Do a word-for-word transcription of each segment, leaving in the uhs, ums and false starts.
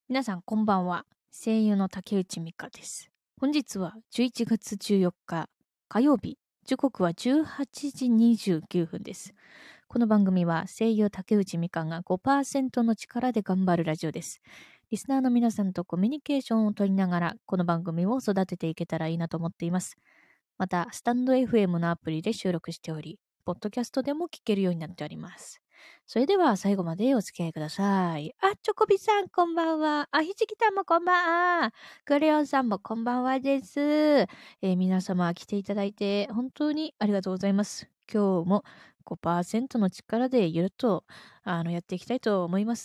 皆さんこんばんは。声優の竹内美香です。本日はじゅういちがつじゅうよっか火曜日、時刻はじゅうはちじにじゅうきゅうふんです。この番組は声優竹内美香が ごパーセント の力で頑張るラジオです。リスナーの皆さんとコミュニケーションを取りながらこの番組を育てていけたらいいなと思っています。また、スタンド エフエム のアプリで収録しており、ポッドキャストでも聞けるようになっております。それでは最後までお付き合いください。あ、チョコビさんこんばんは。あ、ひじきたんもこんばんは。クレヨンさんもこんばんはです。えー、皆様来ていただいて本当にありがとうございます。今日も ごパーセント の力でゆるっとあのやっていきたいと思います。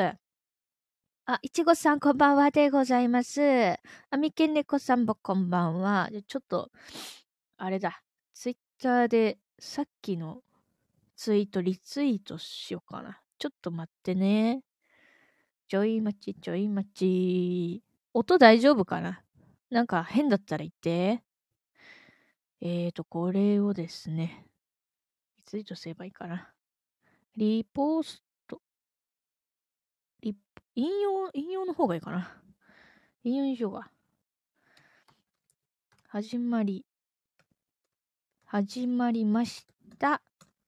あ、いちごさんこんばんはでございます。あみけんねこさんもこんばんは。ちょっと、あれだ。ツイッターでさっきのツイートリツイートしようかな。ちょっと待ってね。ちょい待ちちょい待ち。音大丈夫かな？なんか変だったら言って。えーと、これをですね。リツイートすればいいかな。リポスト。リ引用、引用の方がいいかな。引用にしようか。始まり。始まりました。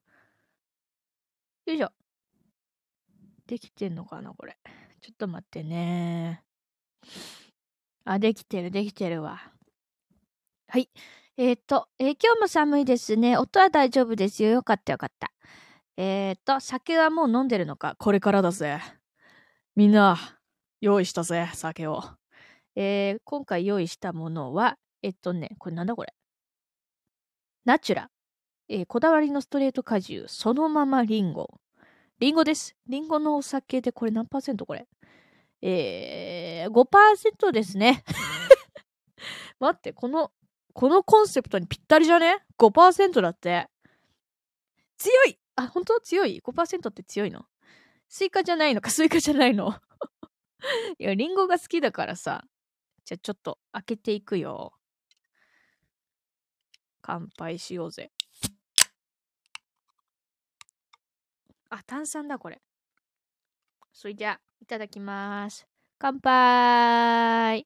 よいしょ。できてんのかなこれ。ちょっと待ってね。あ、できてる、できてるわ。はい。えっ、ー、と、えー、今日も寒いですね。音は大丈夫ですよ。よかったよかった。えっ、ー、と、酒はもう飲んでるのか？これからだぜ。みんな、用意したぜ、酒を。えー、今回用意したものは、えっとね、これなんだこれ。ナチュラ。えー、こだわりのストレート果汁、そのままリンゴ。リンゴです。リンゴのお酒でこれ何パーセントこれ？えー、ごパーセント ですね。待って、この、このコンセプトにぴったりじゃね？ ごパーセント だって。強い！あ、本当？強い？ ごパーセント って強いの？スイカじゃないのか、スイカじゃないの。いや、リンゴが好きだからさ。じゃあちょっと開けていくよ。乾杯しようぜ。あ、炭酸だ、これ。それじゃあ、いただきます。乾杯。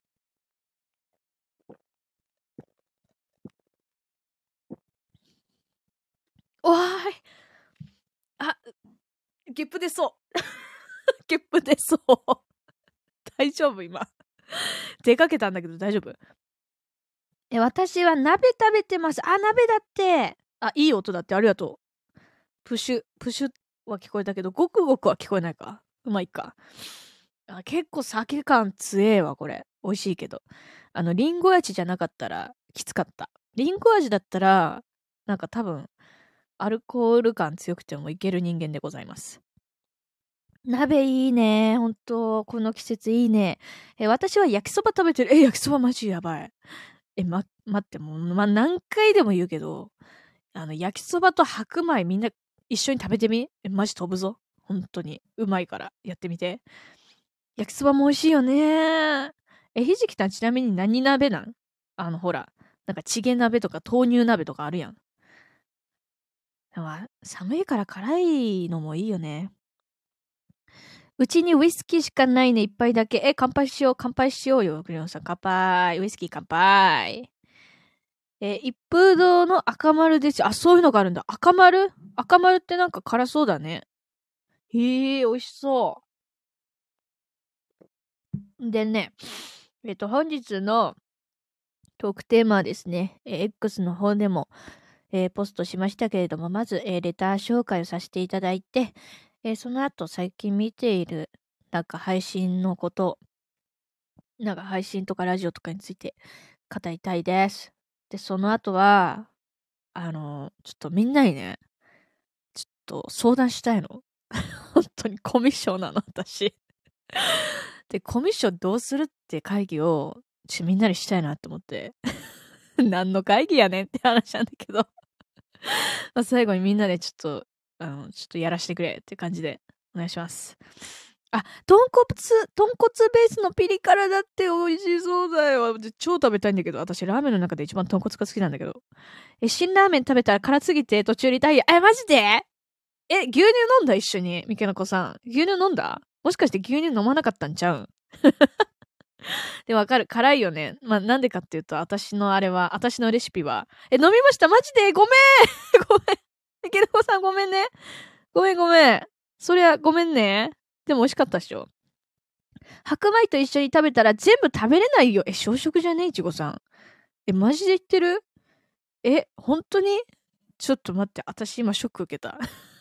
おーい。あ、ゲップ出そう。ゲップ出そう。大丈夫今。出かけたんだけど大丈夫？え、私は鍋食べてます。あ、鍋だって。あ、いい音だって。ありがとう。プシュ、プシュは聞こえたけど、ゴクゴクは聞こえないか。うまいか。あ、結構酒感強えわ、これ。美味しいけど。あの、リンゴ味じゃなかったらきつかった。リンゴ味だったら、なんか多分、アルコール感強くてもいける人間でございます。鍋いいね。ほんと、この季節いいね。え、私は焼きそば食べてる。え、焼きそばマジやばい。え、ま、待って、もう、ま、何回でも言うけど、あの、焼きそばと白米みんな一緒に食べてみ？え、マジ飛ぶぞ。本当に。うまいから。やってみて。焼きそばも美味しいよね。え、ひじきたんちなみに何鍋なん？あの、ほら。なんかチゲ鍋とか豆乳鍋とかあるやん。寒いから辛いのもいいよね。うちにウイスキーしかないね、一杯だけ。え、乾杯しよう、乾杯しようよ、クレヨンさん。乾杯。ウイスキー乾杯。えー、一風堂の赤丸ですよ。あ、そういうのがあるんだ。赤丸？赤丸ってなんか辛そうだね。へえ、美味しそう。でね、えっと、本日のトークテーマはですね、えー、X の方でも、えー、ポストしましたけれども、まず、えー、レター紹介をさせていただいて、えー、その後、最近見ている、なんか配信のこと、なんか配信とかラジオとかについて語りたいです。で、その後は、あの、ちょっとみんなにね、ちょっと相談したいの。本当にコミッションなの、私。で、コミッションどうするって会議を、ちょみんなにしたいなって思って。何の会議やねんって話なんだけど。まあ最後にみんなでちょっと、あの、ちょっとやらしてくれって感じでお願いします。あ、豚骨、豚骨ベースのピリ辛だって美味しそうだよ。超食べたいんだけど、私ラーメンの中で一番豚骨が好きなんだけど。え、辛ラーメン食べたら辛すぎて途中リタイア。え、マジで？え、牛乳飲んだ一緒に、みけのこさん。牛乳飲んだ？もしかして牛乳飲まなかったんちゃうん？ で、わかる。辛いよね。まあ、なんでかっていうと、私のあれは、私のレシピは、え、飲みましたマジでごめんごめん。池田さんごめんね。ごめんごめん。そりゃ、ごめんね。でも美味しかったっしょ。白米と一緒に食べたら全部食べれないよ。え、小食じゃねいちごさん。え、マジで言ってる？え、本当に？ちょっと待って。私今ショック受けた。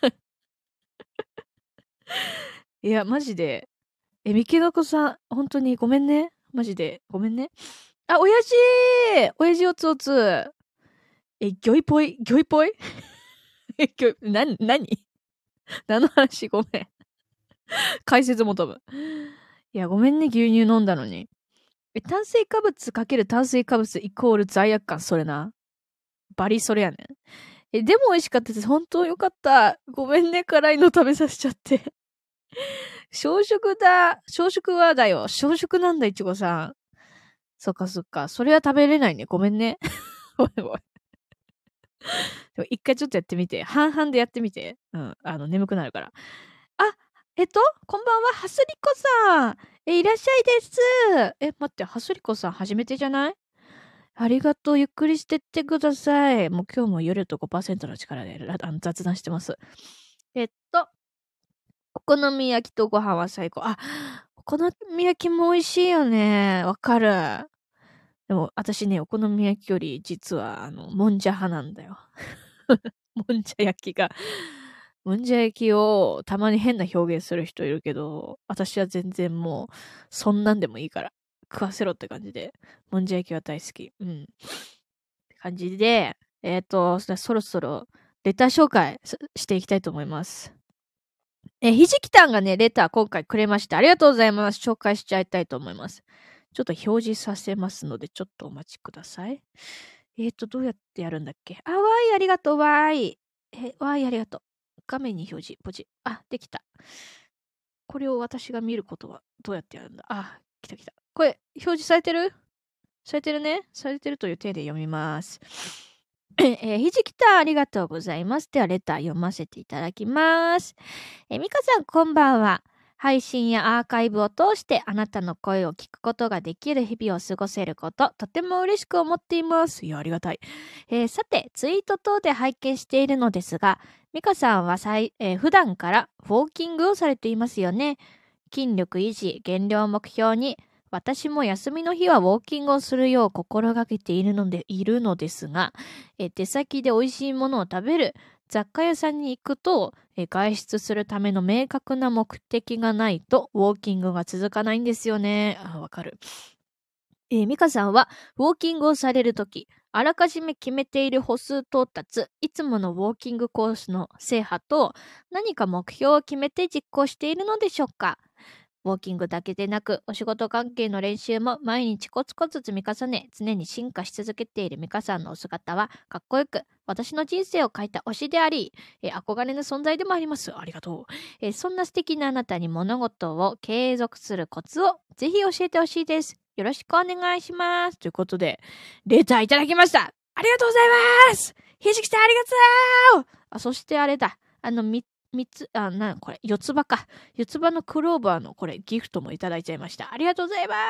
いや、マジで。え、みけのこさん、本当にごめんね。マジで。ごめんね。あ、親父親父おつおつ。え、ギョイぽいギョイぽいえ、ギョイ、な、なに何の話？ごめん。解説も飛ぶ。いや、ごめんね、牛乳飲んだのに。え、炭水化物かける炭水化物イコール罪悪感、それな。バリそれやねん。え、でも美味しかったです。本当よかった。ごめんね、辛いの食べさせちゃって。小食だ。小食はだよ。小食なんだ、いちごさん。そっかそっか。それは食べれないね。ごめんね。ごめんごめん。でも一回ちょっとやってみて。半々でやってみて。うん。あの、眠くなるから。あ、えっと、こんばんは、はすりこさん。え、いらっしゃいです。え、待って、はすりこさん初めてじゃない？ありがとう。ゆっくりしてってください。もう今日も夜と ごパーセント の力であの雑談してます。えっと、お好み焼きとご飯は最高。あ、お好み焼きも美味しいよね。わかる。でも、私ね、お好み焼きより、実は、あの、もんじゃ派なんだよ。もんじゃ焼きが。もんじゃ焼きをたまに変な表現する人いるけど、私は全然もう、そんなんでもいいから、食わせろって感じで、もんじゃ焼きは大好き。うん。って感じで、えっと、そろそろ、レター紹介していきたいと思います。え、ひじきたんがね、レター今回くれました。ありがとうございます。紹介しちゃいたいと思います。ちょっと表示させますので、ちょっとお待ちください。えっと、どうやってやるんだっけ？あ、わーい、ありがとう、わーい。え、わーい、ありがとう。画面に表示、ポチ。あ、できた。これを私が見ることはどうやってやるんだ？あ、来た来た。これ、表示されてる？されてるね？されてるという手で読みます。えー、ひじきたんありがとうございます。では、レター読ませていただきます。えー、みかさん、こんばんは。配信やアーカイブを通してあなたの声を聞くことができる日々を過ごせること、とても嬉しく思っています。いや、ありがたい。えー、さて、ツイート等で拝見しているのですが、みかさんはさい、えー、普段からウォーキングをされていますよね。筋力維持、減量を目標に、私も休みの日はウォーキングをするよう心がけているので、いるのですが、え出先で美味しいものを食べる、雑貨屋さんに行くと、え外出するための明確な目的がないと、ウォーキングが続かないんですよね。あ、わかる。えー、ミカさんは、ウォーキングをされるとき、あらかじめ決めている歩数到達、いつものウォーキングコースの制覇と、何か目標を決めて実行しているのでしょうか？ウォーキングだけでなく、お仕事関係の練習も毎日コツコツ積み重ね、常に進化し続けているミカさんのお姿は、かっこよく、私の人生を変えた推しであり、えー憧れの存在でもあります。ありがとう。えーそんな素敵なあなたに物事を継続するコツをぜひ教えてほしいです。よろしくお願いします。ということで、レターいただきました。ありがとうございます。ひじきさんありがとう。あ、そしてあれだ。あの、み三つ、あ、な、これ、四つ葉か。四つ葉のクローバーの、これ、ギフトもいただいちゃいました。ありがとうございます。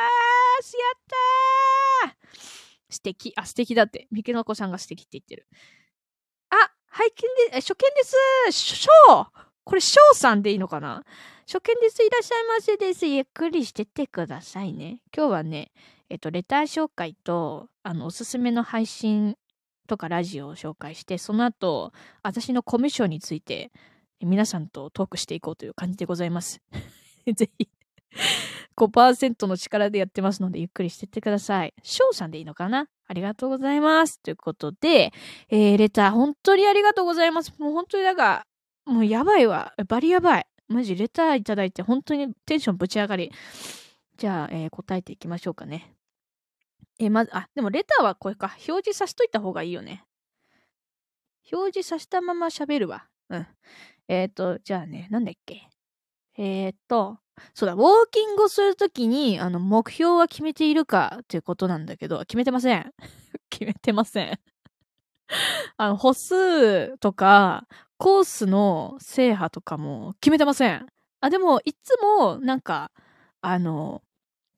やったー。素敵。あ、素敵だって。みけのこさんが素敵って言ってる。あ、拝見で、え初見です。しょうこれ、しょうさんでいいのかな？初見です。いらっしゃいませです。ゆっくりしてってくださいね。今日はね、えっと、レター紹介と、あの、おすすめの配信とかラジオを紹介して、その後、私のコミッションについて、皆さんとトークしていこうという感じでございます。ぜひ、ごパーセント の力でやってますので、ゆっくりしてってください。翔さんでいいのかな？ありがとうございます。ということで、えー、レター、本当にありがとうございます。もう本当になんか、もうやばいわ。バリやばい。マジ、レターいただいて、本当にテンションぶち上がり。じゃあ、えー、答えていきましょうかね。えー、まず、あ、でもレターはこれか。表示させといた方がいいよね。表示させたまま喋るわ。うん。えっ、ー、と、じゃあね、なんだっけ。えっ、ー、と、そうだ、ウォーキングをするときに、あの、目標は決めているかっていうことなんだけど、決めてません。決めてません。あの、歩数とか、コースの制覇とかも決めてません。あ、でも、いつも、なんか、あの、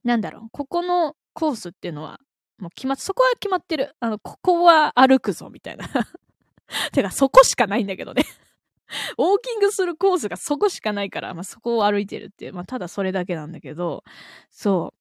なんだろう、ここのコースっていうのは、もう決まっ、そこは決まってる。あの、ここは歩くぞ、みたいな。てか、そこしかないんだけどね。ウォーキングするコースがそこしかないから、まあ、そこを歩いてるっていう、まあ、ただそれだけなんだけど、そう。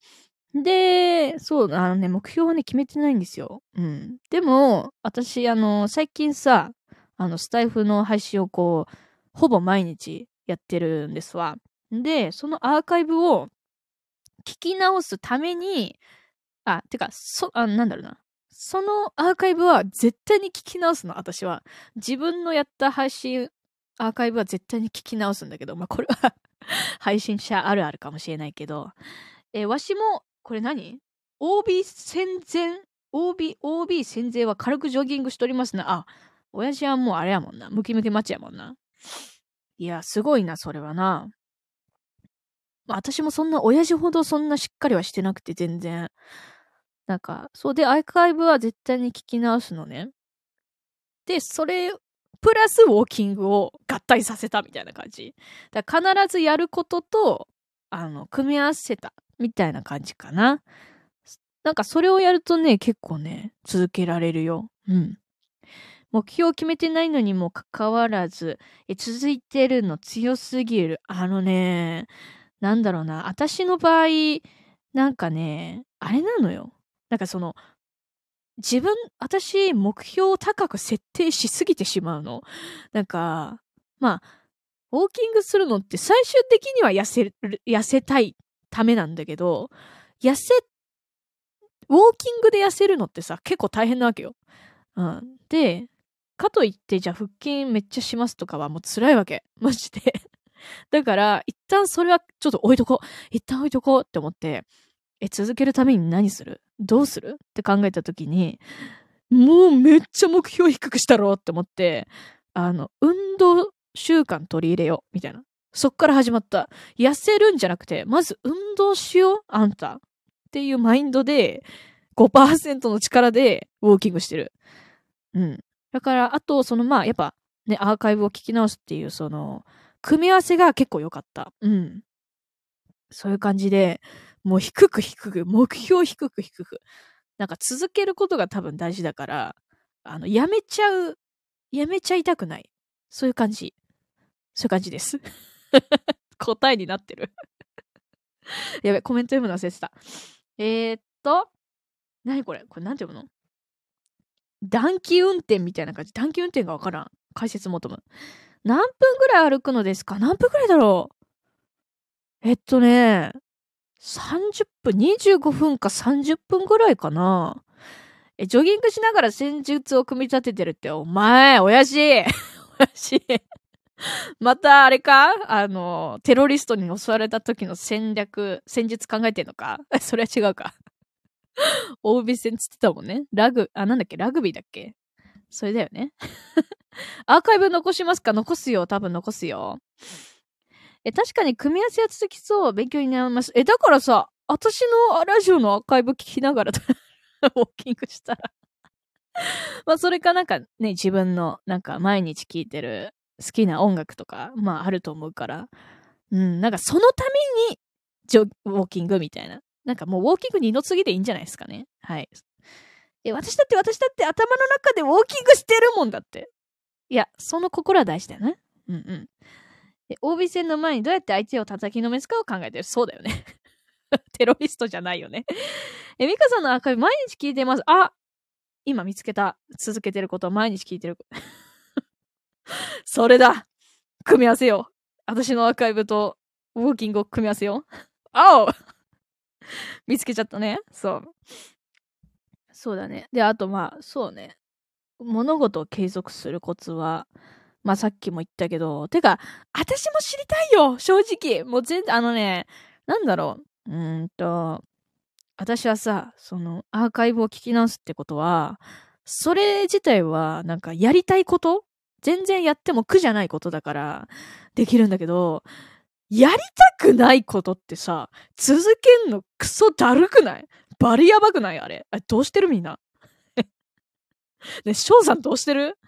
で、そう、あのね、目標はね、決めてないんですよ。うん。でも、私、あの、最近さ、あの、スタイフの配信をこう、ほぼ毎日やってるんですわ。で、そのアーカイブを聞き直すために、あ、てか、そ、あ、なんだろうな。そのアーカイブは絶対に聞き直すの、私は。自分のやった配信、アーカイブは絶対に聞き直すんだけど、まあ、これは配信者あるあるかもしれないけど、えーわしも、これ何？ オービー 戦前、オービー、オービー 戦前は軽くジョギングしとりますな。あ、親父はもうあれやもんな。ムキムキマッチやもんな。いや、すごいな、それはな。まあ私もそんな、親父ほどそんなしっかりはしてなくて、全然。なんか、そうで、アーカイブは絶対に聞き直すのね。で、それ、プラスウォーキングを合体させたみたいな感じ。だから必ずやることと、あの、組み合わせたみたいな感じかな。なんかそれをやるとね、結構ね、続けられるよ。うん。目標を決めてないのにもかかわらず、え続いてるの強すぎる。あのね、なんだろうな。私の場合、なんかね、あれなのよ。なんかその、自分、私、目標を高く設定しすぎてしまうの。なんか、まあ、ウォーキングするのって最終的には痩せる、痩せたいためなんだけど、痩せ、ウォーキングで痩せるのってさ、結構大変なわけよ。うん。で、かといって、じゃあ腹筋めっちゃしますとかはもう辛いわけ。マジで。だから、一旦それはちょっと置いとこう。一旦置いとこうって思って、え、続けるために何する？どうする？って考えたときに、もうめっちゃ目標低くしたろって思って、あの、運動習慣取り入れよう、みたいな。そっから始まった。痩せるんじゃなくて、まず運動しよう、あんた。っていうマインドで、ごパーセントの力でウォーキングしてる。うん。だから、あと、そのまあ、やっぱ、ね、アーカイブを聞き直すっていう、その、組み合わせが結構良かった。うん。そういう感じで、もう低く低く、目標低く低く。なんか続けることが多分大事だから、あの、やめちゃう、やめちゃいたくない。そういう感じ。そういう感じです。答えになってる。やべ、コメント読むの忘れてた。えー、っと、なにこれこれなんて読むの？短期運転みたいな感じ。短期運転がわからん。解説求む。何分ぐらい歩くのですか？何分ぐらいだろう？えっとね、さんじゅっぷん、にじゅうごふんかさんじゅっぷんぐらいかな。え、ジョギングしながら戦術を組み立ててるって、お前、親父親父またあれかあの、テロリストに襲われた時の戦略、戦術考えてんのか？それは違うか。大尾戦つってたもんね。ラグ、あ、なんだっけラグビーだっけ？それだよね。アーカイブ残しますか？残すよ。多分残すよ。え、確かに組み合わせは続きそう。勉強になります。え、だからさ、私のラジオのアーカイブ聞きながらウォーキングしたらまあ、それかなんかね、自分のなんか毎日聴いてる好きな音楽とか、まああると思うから。うん、なんかそのために、ジョ、ウォーキングみたいな。なんかもうウォーキング二の次でいいんじゃないですかね。はい。え、私だって私だって頭の中でウォーキングしてるもんだって。いや、その心は大事だよね。うんうん。で、オービー 戦の前にどうやって相手を叩きのめすかを考えてる。そうだよね。テロリストじゃないよね。え、ミカさんのアーカイブ毎日聞いてます。あ、今見つけた。続けてることを毎日聞いてる。それだ。組み合わせよう。私のアーカイブとウォーキングを組み合わせよう。あお見つけちゃったね。そう。そうだね。で、あとまあ、そうね。物事を継続するコツは、まあさっきも言ったけど、てか、私も知りたいよ正直。もう全然、あのね、なんだろう。うーんと、私はさ、その、アーカイブを聞き直すってことは、それ自体は、なんか、やりたいこと全然やっても苦じゃないことだから、できるんだけど、やりたくないことってさ、続けんのクソだるくない？バリやばくない？あれ。あれ、どうしてるみんな。ね、翔さんどうしてる？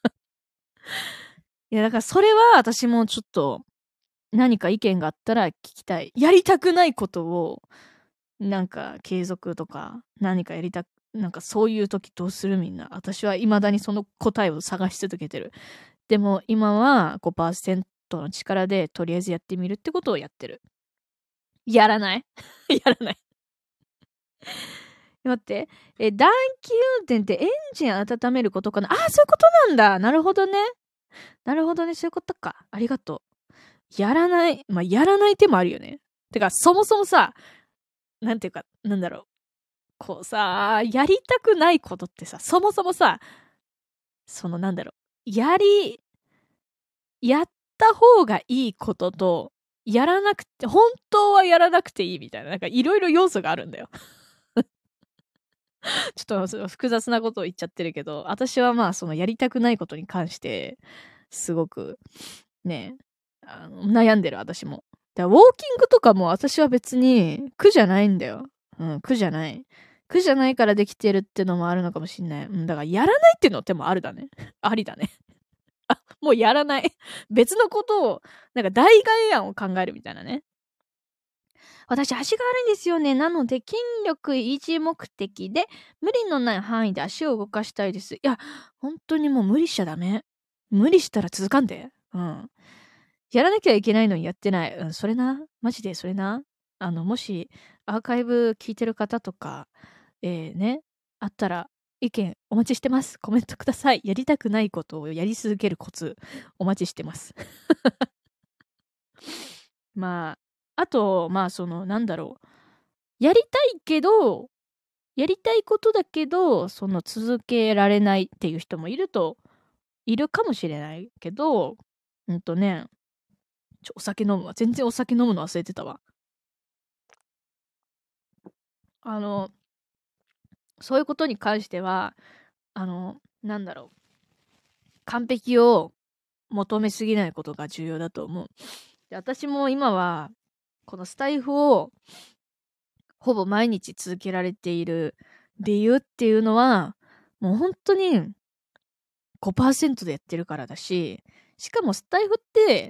いや、だからそれは私もちょっと、何か意見があったら聞きたい。やりたくないことを、 なんか継続とか何かやりたく、なんかそういう時どうするみんな。私は未だにその答えを探し続けてる。でも今は ごパーセント の力でとりあえずやってみるってことをやってる。やらないやらない。待って。え、暖気運転ってエンジン温めることかなああ、そういうことなんだ。なるほどね。なるほどね。そういうことか。ありがとう。やらない。まあ、やらない手もあるよね。てか、そもそもさ、なんていうか、なんだろう。こうさ、やりたくないことってさ、そもそもさ、そのなんだろう。やり、やった方がいいことと、やらなくて、本当はやらなくていいみたいな、なんかいろいろ要素があるんだよ。ちょっと複雑なことを言っちゃってるけど、私はまあそのやりたくないことに関して、すごく、ね、あの悩んでる私も。だからウォーキングとかも私は別に苦じゃないんだよ。うん、苦じゃない。苦じゃないからできてるってのもあるのかもしんない。うん、だからやらないっていうの手もあるだね。ありだね。あ、もうやらない。別のことを、なんか代替案を考えるみたいなね。私足が悪いんですよね。なので筋力維持目的で無理のない範囲で足を動かしたいです。いや、本当にもう無理しちゃダメ。無理したら続かんで。うん。やらなきゃいけないのにやってない。うん、それな。マジでそれな。あの、もしアーカイブ聞いてる方とか、えー、ね、あったら意見お待ちしてます。コメントください。やりたくないことをやり続けるコツお待ちしてます。まあ、あと、まあその、なんだろう。やりたいけど、やりたいことだけど、その続けられないっていう人もいると、いるかもしれないけど、うんとね、ちょ、お酒飲むわ。全然お酒飲むの忘れてたわ。あの、そういうことに関しては、あの、なんだろう。完璧を求めすぎないことが重要だと思う。で、私も今は、このスタイフをほぼ毎日続けられている理由っていうのは、もう本当に ごパーセント でやってるからだし、しかもスタイフって、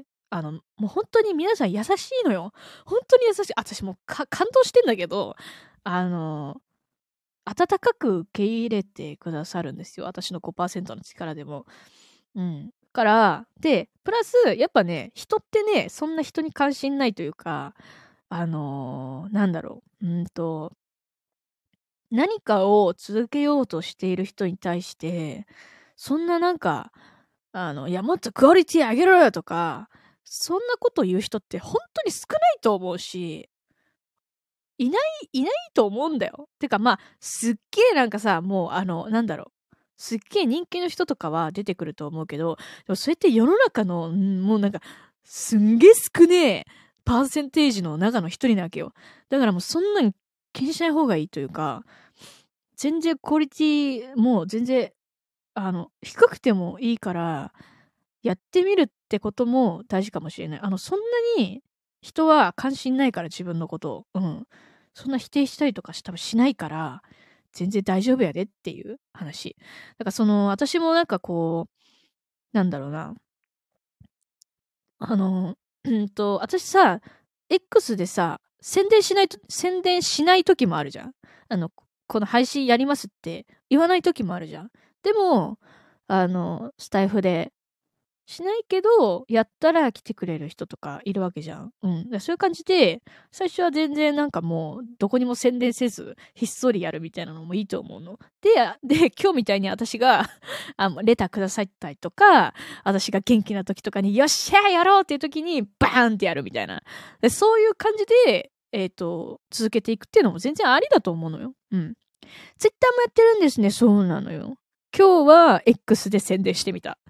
あの、もう本当に皆さん優しいのよ。本当に優しい。私もう感動してんだけど、あの、温かく受け入れてくださるんですよ。私の ごパーセント の力でも。うん。から、で、プラス、やっぱね、人ってね、そんな人に関心ないというか、あのー、なんだろう。うんと、何かを続けようとしている人に対して、そんななんか、あの、いや、もっとクオリティ上げろよとか、そんなこと言う人って本当に少ないと思うし、いない、いないと思うんだよ。てかまあ、すっげえなんかさ、もうあの、なんだろう。すっげえ人気の人とかは出てくると思うけど、でもそれって世の中の、んもうなんか、すんげえ少ねえパーセンテージの中の一人なわけよ。だからもうそんなに気にしない方がいいというか、全然クオリティ、もう全然、あの、低くてもいいから、やってみるってことも大事かもしれない。あの、そんなに人は関心ないから自分のことを。うん。そんな否定したりとか多分しないから、全然大丈夫やでっていう話。だからその、私もなんかこう、なんだろうな。あの、うんと、私さ、X でさ、宣伝しないと、宣伝しない時もあるじゃん。あの、この配信やりますって言わない時もあるじゃん。でも、あの、スタイフでしないけど、やったら来てくれる人とかいるわけじゃん。うん。そういう感じで、最初は全然なんかもう、どこにも宣伝せず、ひっそりやるみたいなのもいいと思うの。で、で、今日みたいに私があの、レターくださったりとか、私が元気な時とかに、よっしゃーやろうっていう時に、バーンってやるみたいな。でそういう感じで、えっと、続けていくっていうのも全然ありだと思うのよ。うん。ツイッターもやってるんですね。そうなのよ。今日は X で宣伝してみた。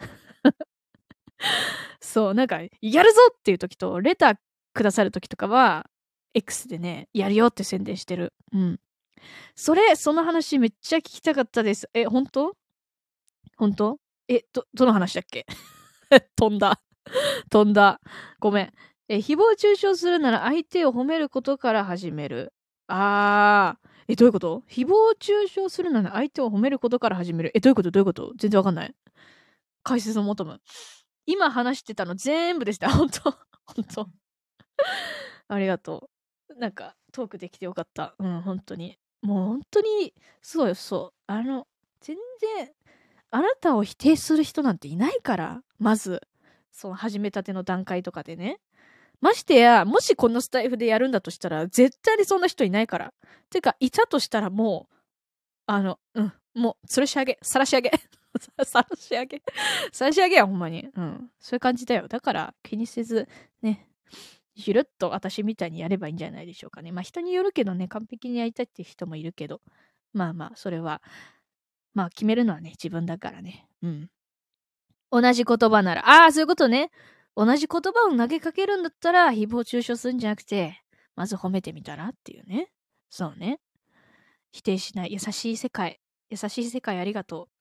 そう、なんか、やるぞっていう時と、レターくださる時とかは、X でね、やるよって宣伝してる。うん。それ、その話めっちゃ聞きたかったです。え、本当本当え、ど、どの話だっけ飛んだ。飛んだ。ごめん。え、誹謗中傷するなら相手を褒めることから始める。あー。え、どういうこと？誹謗中傷するなら相手を褒めることから始める。え、どういうこと？どういうこと？全然わかんない。解説を求む。今話してたの全部でした。本当本当ありがとう。なんか、 トークできてよかった。うん、本当に。もう本当に、そうよ、そう。あの、全然、あなたを否定する人なんていないから、まず、その始めたての段階とかでね。ましてや、もしこのスタイフでやるんだとしたら、絶対にそんな人いないから。てか、いたとしたらもう、あの、うん、もう、吊るし上げ、さらし上げ。さらし上げ。さらし上げや、ほんまに。うん。そういう感じだよ。だから、気にせず、ね、ゆるっと私みたいにやればいいんじゃないでしょうかね。まあ人によるけどね、完璧にやりたいっていう人もいるけど、まあまあ、それは、まあ決めるのはね、自分だからね。うん。同じ言葉なら、ああ、そういうことね。同じ言葉を投げかけるんだったら、誹謗中傷するんじゃなくて、まず褒めてみたらっていうね。そうね。否定しない。優しい世界。優しい世界ありがとう。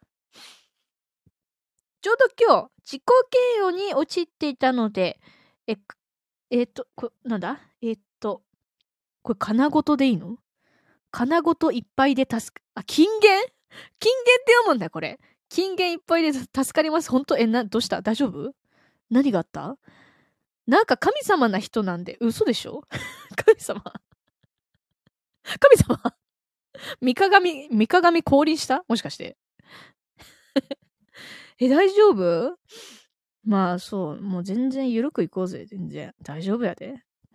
ちょうど今日、自己嫌悪に陥っていたので、え、えっと、こなんだえっと、これ、金ごとでいいの？金ごといっぱいで助か、あ、金言金言って読むんだ、これ。金言いっぱいで助かります。ほんと、え、な、どうした？大丈夫？何があった？なんか神様な人なんで、嘘でしょ？神様神様三鏡、三鏡降臨した？もしかして。え、大丈夫？まあ、そう。もう全然ゆるくいこうぜ。全然。大丈夫やで。うん。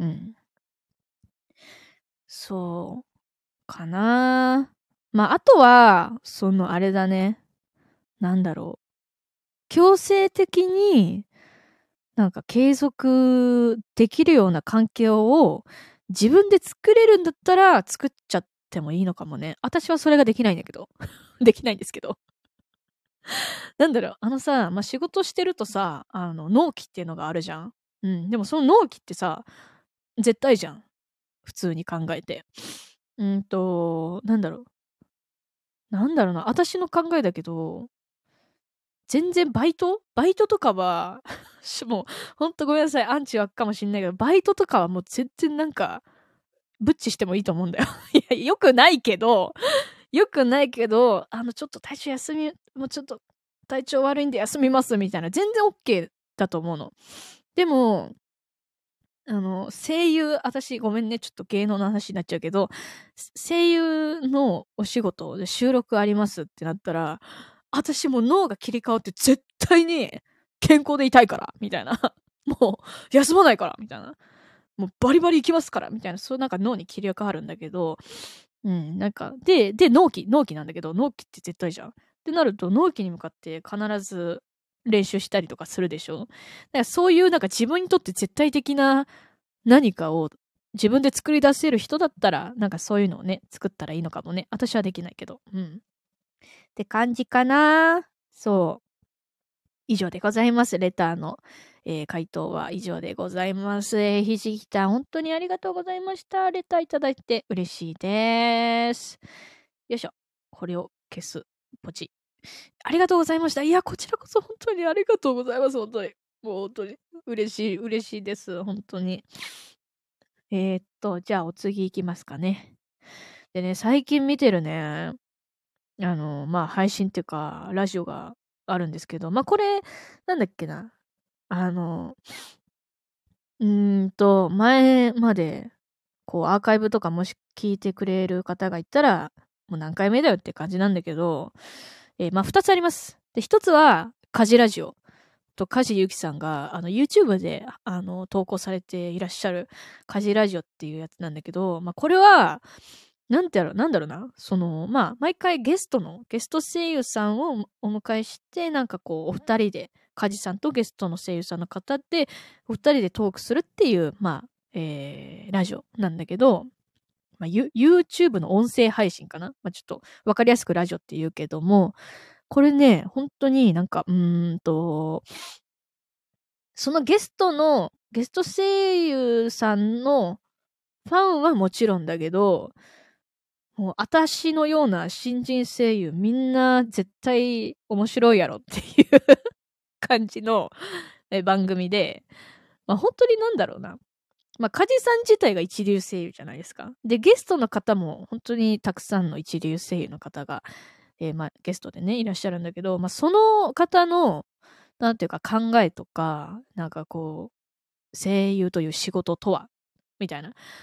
そう。かな。まあ、あとは、その、あれだね。なんだろう。強制的になんか継続できるような環境を自分で作れるんだったら作っちゃってもいいのかもね。私はそれができないんだけど。できないんですけど。なんだろう、あのさ、まあ、仕事してるとさ、あの、納期っていうのがあるじゃん。うん。でもその納期ってさ、絶対じゃん。普通に考えて。うんと、なんだろう。なんだろうな。私の考えだけど、全然バイトバイトとかはもう、ほんとごめんなさい、アンチ湧くかもしんないけど、バイトとかはもう全然なんか、ブッチしてもいいと思うんだよ。いや、よくないけど、よくないけど、あの、ちょっと体調休み、もうちょっと体調悪いんで休みますみたいな、全然 OK だと思うの。でも、あの、声優、私ごめんね、ちょっと芸能の話になっちゃうけど、声優のお仕事で収録ありますってなったら、私もう脳が切り替わって絶対に健康でいたいから、みたいな。もう休まないから、みたいな。もうバリバリ行きますから、みたいな。そうなんか脳に切り替わるんだけど、うん、なんか、で、で、納期、納期なんだけど、納期って絶対じゃん。ってなると、納期に向かって必ず練習したりとかするでしょ？だからそういうなんか自分にとって絶対的な何かを自分で作り出せる人だったら、なんかそういうのをね、作ったらいいのかもね。私はできないけど。うん。って感じかな。そう。以上でございます。レターの、えー回答は以上でございます。えーひじきたん、本当にありがとうございました。レターいただいて嬉しいです。よいしょ。これを消す。ポチ。ありがとうございました。いや、こちらこそ本当にありがとうございます。本当に。もう本当に。嬉しい、嬉しいです。本当に。えーっと、じゃあお次行きますかね。でね、最近見てるね、あの、まあ、配信っていうか、ラジオがあるんですけど、まあ、これ、なんだっけな。あの、うーんと、前まで、こう、アーカイブとかもし聞いてくれる方がいたら、もう何回目だよって感じなんだけど、えーまあ、二つあります。で、一つは、家事ラジオと梶ゆきさんが、あの、YouTube で、あの、投稿されていらっしゃる家事ラジオっていうやつなんだけど、まあ、これは、なんてやろ、なんだろうな。その、まあ、毎回ゲストの、ゲスト声優さんをお迎えして、なんかこう、お二人で、カジさんとゲストの声優さんの方で、お二人でトークするっていう、まあ、えー、ラジオなんだけど、まあ、ユ YouTube の音声配信かな。まあ、ちょっと、わかりやすくラジオって言うけども、これね、本当になんか、うーんと、そのゲストの、ゲスト声優さんのファンはもちろんだけど、もう、私のような新人声優みんな絶対面白いやろっていう感じの番組で、まあ本当になんだろうな。まあ、カジさん自体が一流声優じゃないですか。で、ゲストの方も本当にたくさんの一流声優の方が、えー、まあゲストでね、いらっしゃるんだけど、まあその方の、なんていうか考えとか、なんかこう、声優という仕事とは、みたいな。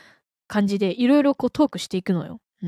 感じでいろいろこうトークしていくのよ。うん、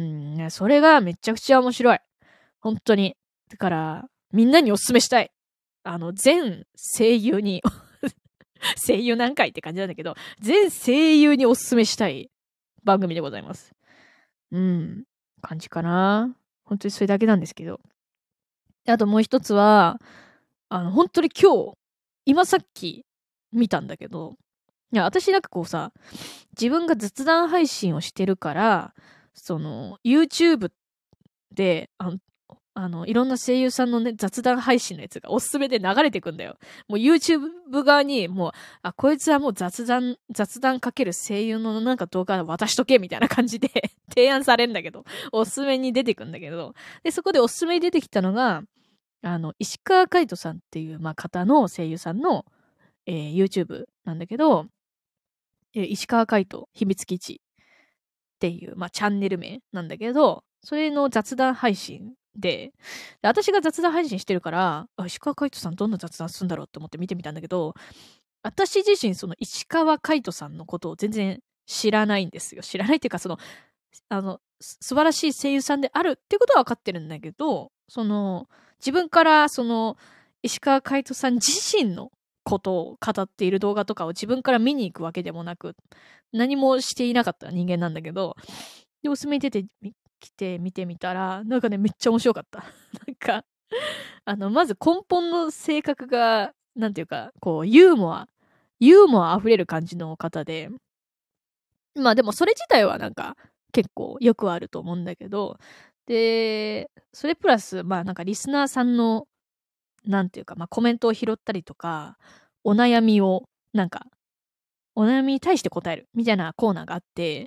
それがめちゃくちゃ面白い。本当に。だから、みんなにおすすめしたい。あの、全声優に、声優何回って感じなんだけど、全声優におすすめしたい番組でございます。うん。感じかな。本当にそれだけなんですけど。あともう一つは、あの、本当に今日、今さっき見たんだけど、いや、私なんかこうさ、自分が雑談配信をしてるから、その、YouTube で、あの、あの、いろんな声優さんのね、雑談配信のやつがおすすめで流れてくんだよ。もう YouTube 側に、もう、あ、こいつはもう雑談、雑談かける声優のなんか動画渡しとけ、みたいな感じで提案されんだけど、おすすめに出てくんだけど、で、そこでおすすめに出てきたのが、あの、石川海人さんっていう、まあ、方の声優さんの、えー、YouTube なんだけど、えー、石川海人秘密基地っていう、まあ、チャンネル名なんだけど、それの雑談配信で、で私が雑談配信してるから、あ、石川海人さんどんな雑談するんだろうって思って見てみたんだけど、私自身その石川海人さんのことを全然知らないんですよ。知らないっていうか、その、あの、素晴らしい声優さんであるってことは分かってるんだけど、その、自分からその、石川海人さん自身のことを語っている動画とかを自分から見に行くわけでもなく、何もしていなかった人間なんだけど、で、おすすめに出てきて見てみたら、なんかね、めっちゃ面白かった。なんか、あの、まず根本の性格が、なんていうか、こう、ユーモア、ユーモア溢れる感じの方で、まあでもそれ自体はなんか結構よくあると思うんだけど、で、それプラス、まあなんかリスナーさんの、なんていうか、まあコメントを拾ったりとか、お悩みを、なんか、お悩みに対して答えるみたいなコーナーがあって、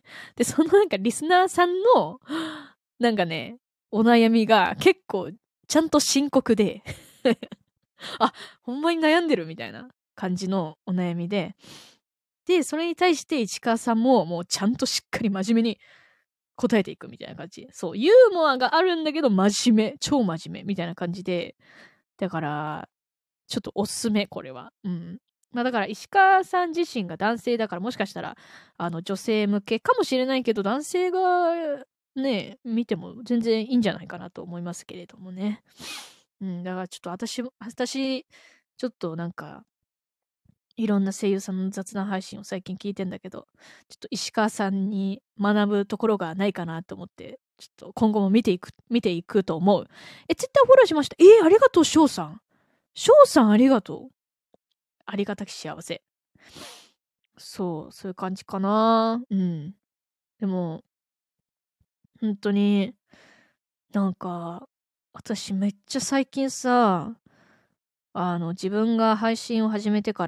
で、そのなんかリスナーさんの、なんかね、お悩みが結構ちゃんと深刻であ、ほんまに悩んでるみたいな感じのお悩みで、で、それに対して市川さんももうちゃんとしっかり真面目に答えていくみたいな感じ。そう、ユーモアがあるんだけど真面目、超真面目みたいな感じで、だから、ちょっとおすすめ、これは。うん。まあだから石川さん自身が男性だからもしかしたら、あの女性向けかもしれないけど、男性がね、見ても全然いいんじゃないかなと思いますけれどもね。うん、だからちょっと私、私、ちょっとなんか、いろんな声優さんの雑談配信を最近聞いてんだけど、ちょっと石川さんに学ぶところがないかなと思って、ちょっと今後も見ていく、見ていくと思う。え、ツイッターフォローしました。えー、ありがとう、翔さん。翔さんありがとう。ありがたき幸せ。そう、そういう感じかな。うん。でも、本当に、なんか、私めっちゃ最近さ、あの、自分が配信を始めてから、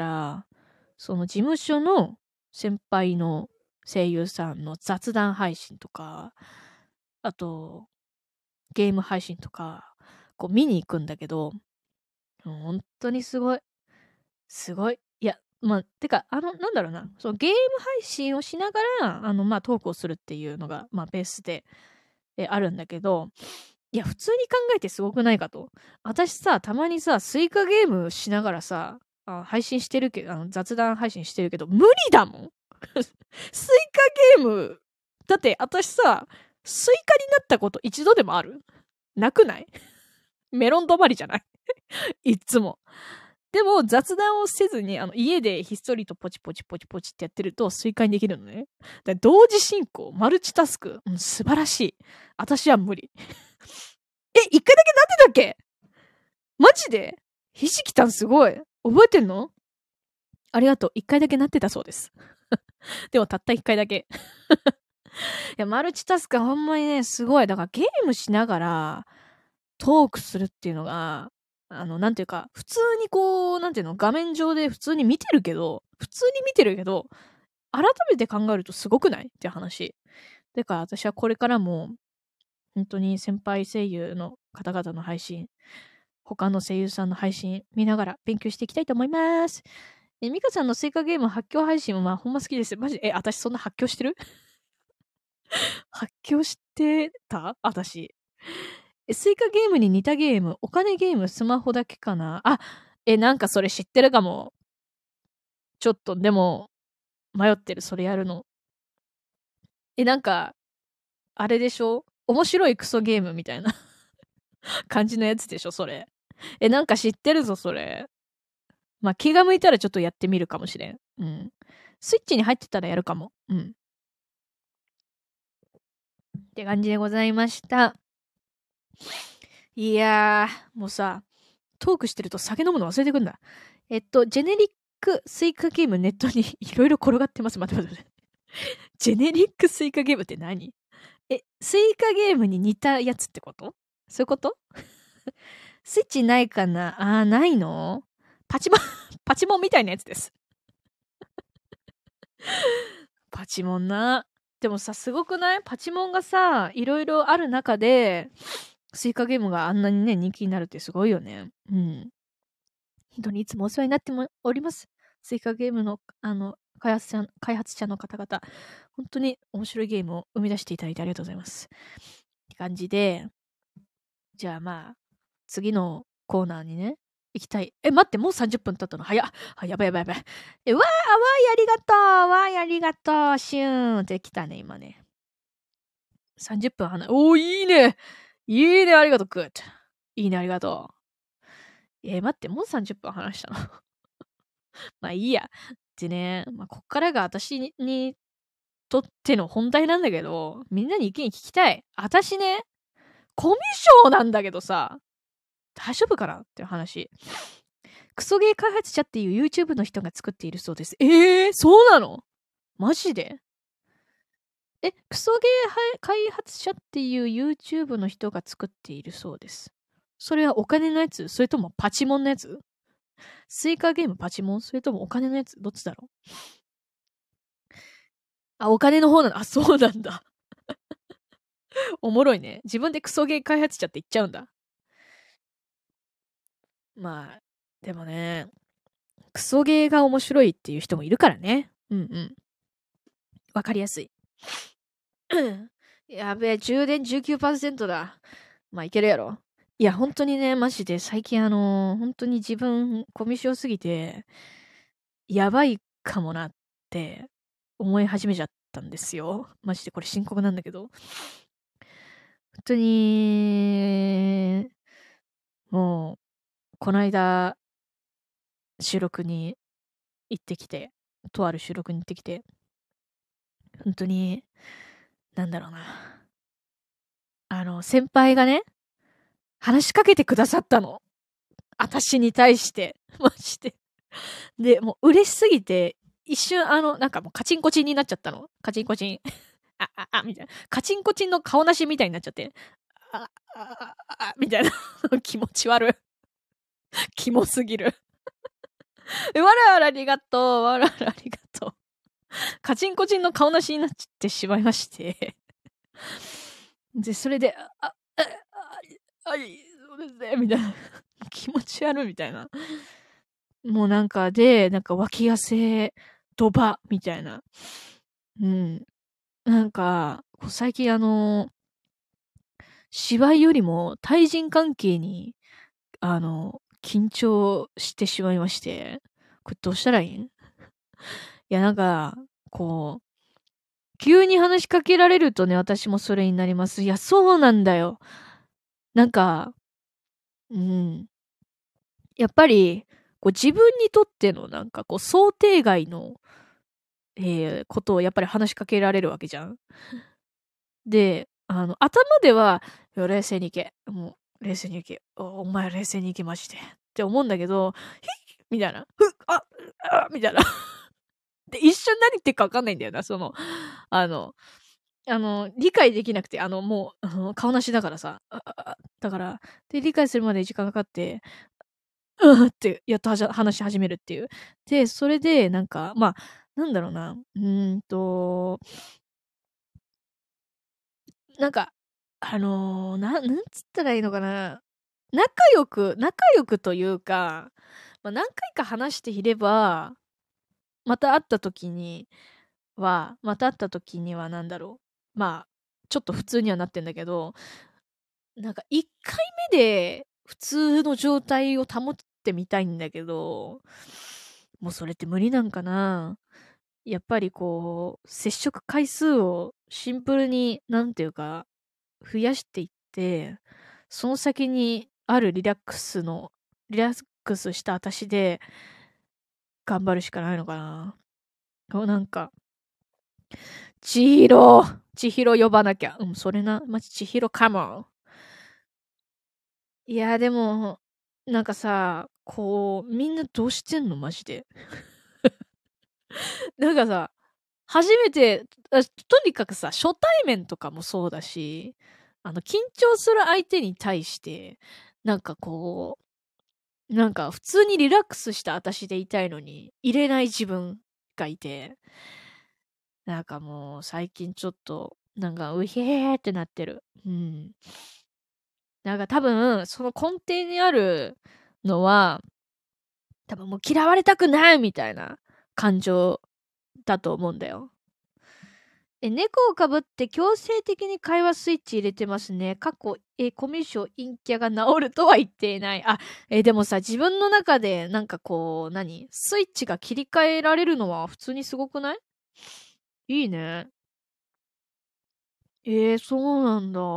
その事務所の先輩の声優さんの雑談配信とか、あと、ゲーム配信とか、こう見に行くんだけど、本当にすごい。すごい。いや、まあ、てか、あの、なんだろうな、そのゲーム配信をしながら、あの、まあ、トークをするっていうのが、まあ、ベースで、え、あるんだけど、いや、普通に考えてすごくないかと。私さ、たまにさ、スイカゲームしながらさ、あ配信してるけど、あの雑談配信してるけど、無理だもんスイカゲーム、だって私さ、スイカになったこと一度でもある？なくない？メロン止まりじゃないいつも。でも雑談をせずに、あの、家でひっそりとポチポチポチポチってやってるとスイカにできるのね。だ同時進行、マルチタスク、うん、素晴らしい。私は無理。え、一回だけなってたっけ？マジで？ひじきたんすごい。覚えてんの？ありがとう。一回だけなってたそうです。でもたった一回だけ。いや、マルチタスクはほんまにね、すごい。だからゲームしながらトークするっていうのが、あの、なんていうか、普通にこう、なんていうの、画面上で普通に見てるけど、普通に見てるけど、改めて考えるとすごくないって話。だから私はこれからも、本当に先輩声優の方々の配信、他の声優さんの配信見ながら勉強していきたいと思います。え、ミカさんのスイカゲーム発狂配信もまあほんま好きです。マジえ、私そんな発狂してる発狂してた私。え、スイカゲームに似たゲーム、お金ゲーム、スマホだけかなあ、え、なんかそれ知ってるかも。ちょっと、でも、迷ってる、それやるの。 え、なんか、あれでしょ？面白いクソゲームみたいな感じのやつでしょ、それ。え、なんか知ってるぞ、それ。まあ、気が向いたらちょっとやってみるかもしれん。うん。スイッチに入ってたらやるかも。うん。って感じでございました。いやー、もうさ、トークしてると酒飲むの忘れてくんだ。えっと、ジェネリックスイカゲームネットにいろいろ転がってます。待って待って待って。ジェネリックスイカゲームって何？え、スイカゲームに似たやつってこと？そういうことスイッチないかなあー、ないの？パチモン、パチモンみたいなやつです。パチモンな。でもさ、すごくない？パチモンがさ、いろいろある中で、スイカゲームがあんなにね、人気になるってすごいよね。うん。本当にいつもお世話になってもおります。スイカゲームの、あの、開発者、開発者の方々。本当に面白いゲームを生み出していただいてありがとうございます。って感じで、じゃあまあ、次のコーナーにね、行きたい。え、待って、もうさんじゅっぷん経ったの早っ。あ、やばいやばいやばい。え、わー、わーい、ありがとう。わーい、ありがとう。シューンって来たね、今ね。さんじゅっぷん話、おー、いいね。いいね、ありがとう、グッド。いいね、ありがとう。えー、待って、もうさんじゅっぷん話したのまあいいや。でね、まあ、こっからが私ににとっての本題なんだけど、みんなに意見聞きたい。私ね、コミュ障なんだけどさ、大丈夫かなっていう話。クソゲー開発者っていう YouTube の人が作っているそうです。えー、そうなの？マジで？え、クソゲー開発者っていう YouTube の人が作っているそうです。それはお金のやつ？それともパチモンのやつ？スイカゲームパチモン？それともお金のやつ？どっちだろう？あ、お金の方なの？あ、そうなんだ。おもろいね。自分でクソゲー開発者って言っちゃうんだ。まあ、でもね、クソゲーが面白いっていう人もいるからね。うんうん。わかりやすい。やべえ、充電 じゅうきゅうパーセント だ。まあ、いけるやろ。いや、本当にね、マジで最近あのー、本当に自分、コミュ障すぎて、やばいかもなって思い始めちゃったんですよ。マジでこれ深刻なんだけど。本当に、もう、この間、収録に行ってきて、とある収録に行ってきて、本当に、なんだろうな。あの、先輩がね、話しかけてくださったの。私に対して。マジで。で、もう嬉しすぎて、一瞬あの、なんかもうカチンコチンになっちゃったの。カチンコチン。あ、あ、あ、みたいな。カチンコチンの顔なしみたいになっちゃって。あ、あ、あ、あ、みたいな。気持ち悪い。キモすぎる。わらわらありがとう。わらわらありがとう。カチンコチンの顔なしになってしまいまして。で、それで、あ、あ、あ、あ、そうですね、みたいな。気持ち悪いみたいな。もうなんかで、なんか脇汗、ドバみたいな。うん。なんか、最近あの、芝居よりも対人関係に、あの、緊張してしまいまして、これどうしたらいいん？いや、なんか、こう、急に話しかけられるとね、私もそれになります。いや、そうなんだよ。なんか、うん。やっぱり、こう自分にとってのなんかこう想定外の、えー、ことをやっぱり話しかけられるわけじゃん。で、あの、頭では、いや冷静に行け。もう、冷静に行け。お、お前冷静に行けまして。って思うんだけど、ひっみたいな。ふっああみたいな。で、一瞬何言ってるかわかんないんだよな、その、あの、あの、理解できなくて、あの、もう、あの顔なしだからさ。ああだから、で、理解するまで時間かかって、うーって、やっとはじ話し始めるっていう。で、それで、なんか、まあ、なんだろうな。うーんと、なんか、あのー、ななんつったらいいのかな。仲良く仲良くというか、ま、何回か話していれば、また会った時にはまた会った時にはなんだろう、まあ、ちょっと普通にはなってんだけど、なんかいっかいめで普通の状態を保ってみたいんだけど、もうそれって無理なんかな。やっぱりこう、接触回数をシンプルに、なんていうか、増やしていって、その先にあるリラックスの、リラックスした私で、頑張るしかないのかな。なんか、千尋千尋呼ばなきゃ。うん、それな。マジ千尋カモン。いや、でも、なんかさ、こう、みんなどうしてんのマジで。なんかさ、初めて、とにかくさ、初対面とかもそうだし、あの、緊張する相手に対して、なんかこう、なんか普通にリラックスした私でいたいのに、入れない自分がいて、なんかもう最近ちょっと、なんかうへーってなってる。うん。なんか多分、その根底にあるのは、多分もう嫌われたくないみたいな感情だと思うんだよ。え、猫をかぶって強制的に会話スイッチ入れてますね。過去、え、コミュ障陰キャが治るとは言っていない。あ、え、でもさ、自分の中でなんかこう、何スイッチが切り替えられるのは普通にすごくない？いいね。えー、そうなんだ。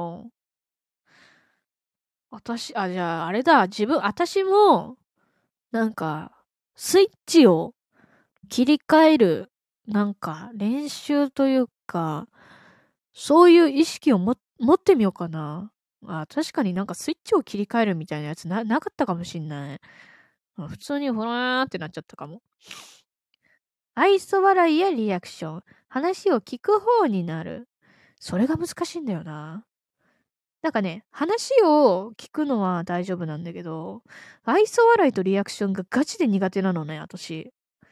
私、あ、じゃあ、あれだ、自分、私も、なんか、スイッチを切り替える、なんか、練習というか、そういう意識をも持ってみようかな。あ、確かになんかスイッチを切り替えるみたいなやつな、なかったかもしんない。普通にほらーってなっちゃったかも。愛想笑いやリアクション。話を聞く方になる。それが難しいんだよな。なんかね、話を聞くのは大丈夫なんだけど、愛想笑いとリアクションがガチで苦手なのね、私。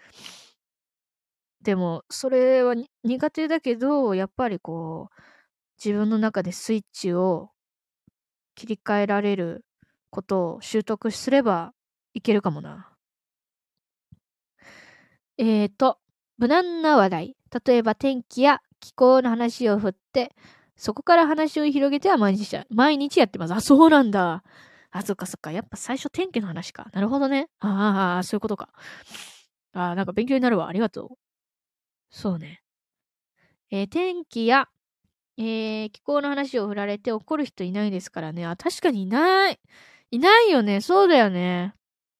でも、それは苦手だけど、やっぱりこう、自分の中でスイッチを切り替えられることを習得すればいけるかもな。えーと、無難な話題。例えば天気や気候の話を振って、そこから話を広げては毎日や、毎日やってます。あ、そうなんだ。あ、そっかそっか。やっぱ最初天気の話か。なるほどね。ああ、そういうことか。ああ、なんか勉強になるわ。ありがとう。そうね。えー天気や、えー気候の話を振られて怒る人いないですからね。あ、確かにいない。いないよね。そうだよね。